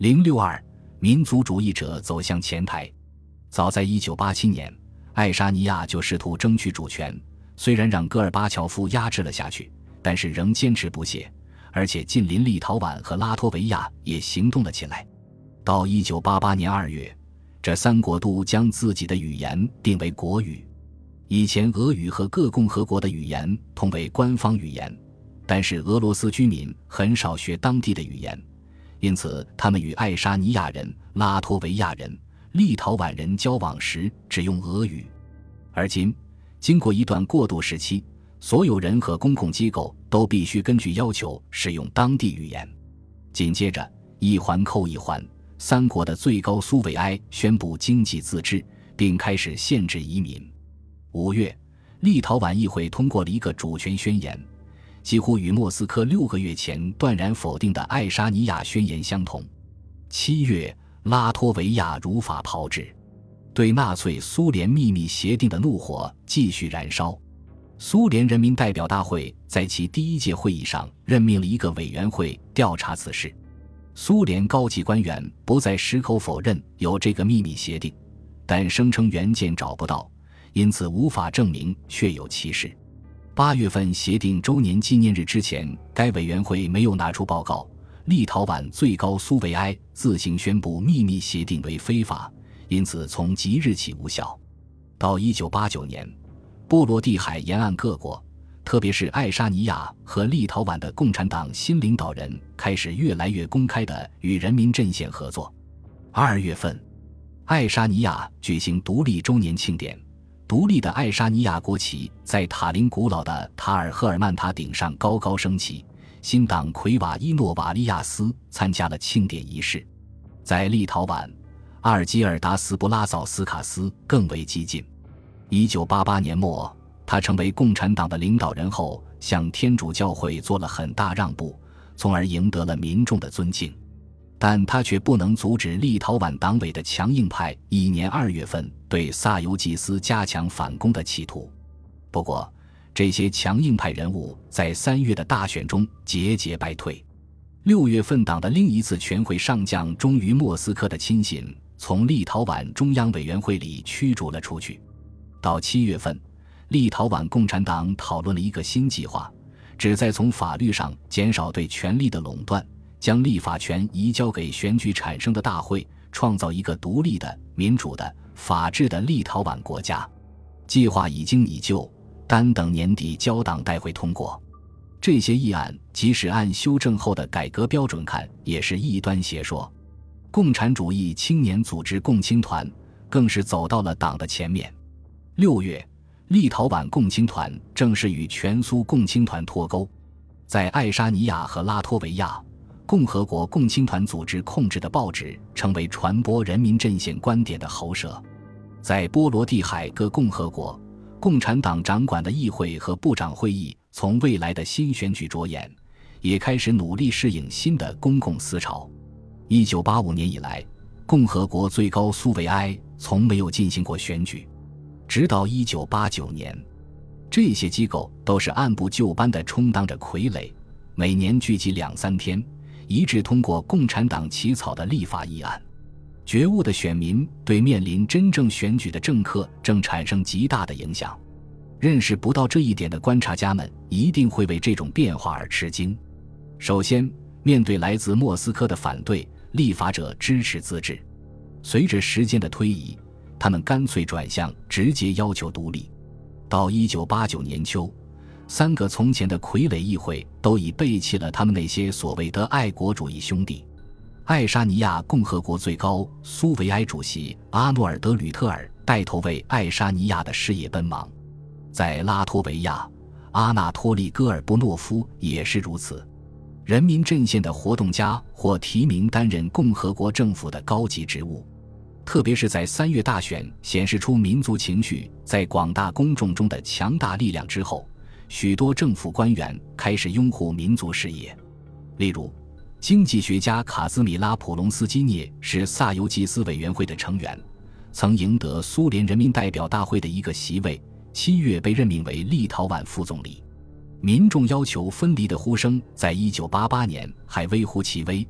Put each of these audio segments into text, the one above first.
062民族主义者走向前台。早在1987年，爱沙尼亚就试图争取主权，虽然让戈尔巴乔夫压制了下去，但是仍坚持不懈，而且近邻立陶宛和拉脱维亚也行动了起来。到1988年2月，这三国都将自己的语言定为国语。以前俄语和各共和国的语言同为官方语言，但是俄罗斯居民很少学当地的语言，因此他们与爱沙尼亚人、拉脱维亚人、立陶宛人交往时只用俄语。而今，经过一段过渡时期，所有人和公共机构都必须根据要求使用当地语言。紧接着，一环扣一环，三国的最高苏维埃宣布经济自治，并开始限制移民。5月，立陶宛议会通过了一个主权宣言，几乎与莫斯科6个月前断然否定的爱沙尼亚宣言相同。7月，拉脱维亚如法炮制，对纳粹苏联秘密协定的怒火继续燃烧。苏联人民代表大会在其第1届会议上任命了一个委员会调查此事。苏联高级官员不再矢口否认有这个秘密协定，但声称原件找不到，因此无法证明确有其事。8月份协定周年纪念日之前，该委员会没有拿出报告，立陶宛最高苏维埃自行宣布秘密协定为非法，因此从即日起无效。到1989年，波罗的海沿岸各国，特别是爱沙尼亚和立陶宛的共产党新领导人开始越来越公开地与人民阵线合作。2月份，爱沙尼亚举行独立周年庆典，独立的爱沙尼亚国旗在塔林古老的塔尔赫尔曼塔顶上高高升起，新党魁瓦伊诺瓦利亚斯参加了庆典仪式。在立陶宛，阿尔基尔达斯布拉早斯卡斯更为激进。1988年末，他成为共产党的领导人后，向天主教会做了很大让步，从而赢得了民众的尊敬。但他却不能阻止立陶宛党委的强硬派1年2月份对萨尤季斯加强反攻的企图。不过，这些强硬派人物在3月的大选中节节败退。6月份，党的另一次全会上将忠于莫斯科的亲信从立陶宛中央委员会里驱逐了出去。到7月份，立陶宛共产党讨论了一个新计划，旨在从法律上减少对权力的垄断，将立法权移交给选举产生的大会，创造一个独立的、民主的、法治的立陶宛国家。计划已经拟就，单等年底交党代会通过。这些议案即使按修正后的改革标准看，也是异端邪说。共产主义青年组织共青团更是走到了党的前面。6月，立陶宛共青团正式与全苏共青团脱钩。在爱沙尼亚和拉脱维亚，共和国共青团组织控制的报纸成为传播人民阵线观点的喉舌。在波罗的海各共和国，共产党掌管的议会和部长会议从未来的新选举着眼，也开始努力适应新的公共思潮。1985年以来，共和国最高苏维埃从没有进行过选举，直到1989年。这些机构都是按部就班地充当着傀儡，每年聚集2-3天，一致通过共产党起草的立法议案。觉悟的选民对面临真正选举的政客正产生极大的影响。认识不到这一点的观察家们一定会为这种变化而吃惊。首先，面对来自莫斯科的反对，立法者支持自治。随着时间的推移，他们干脆转向直接要求独立。到1989年秋，3个从前的傀儡议会都已背弃了他们那些所谓的爱国主义兄弟。爱沙尼亚共和国最高苏维埃主席阿诺尔德·吕特尔带头为爱沙尼亚的事业奔忙。在拉脱维亚，阿纳托利·戈尔布诺夫也是如此。人民阵线的活动家或提名担任共和国政府的高级职务。特别是在3月大选显示出民族情绪在广大公众中的强大力量之后，许多政府官员开始拥护民族事业。例如，经济学家卡兹米拉·普隆斯基涅是萨尤季斯委员会的成员，曾赢得苏联人民代表大会的一个席位，7月被任命为立陶宛副总理。民众要求分离的呼声在1988年还微乎其微，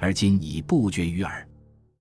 而今已不绝于耳。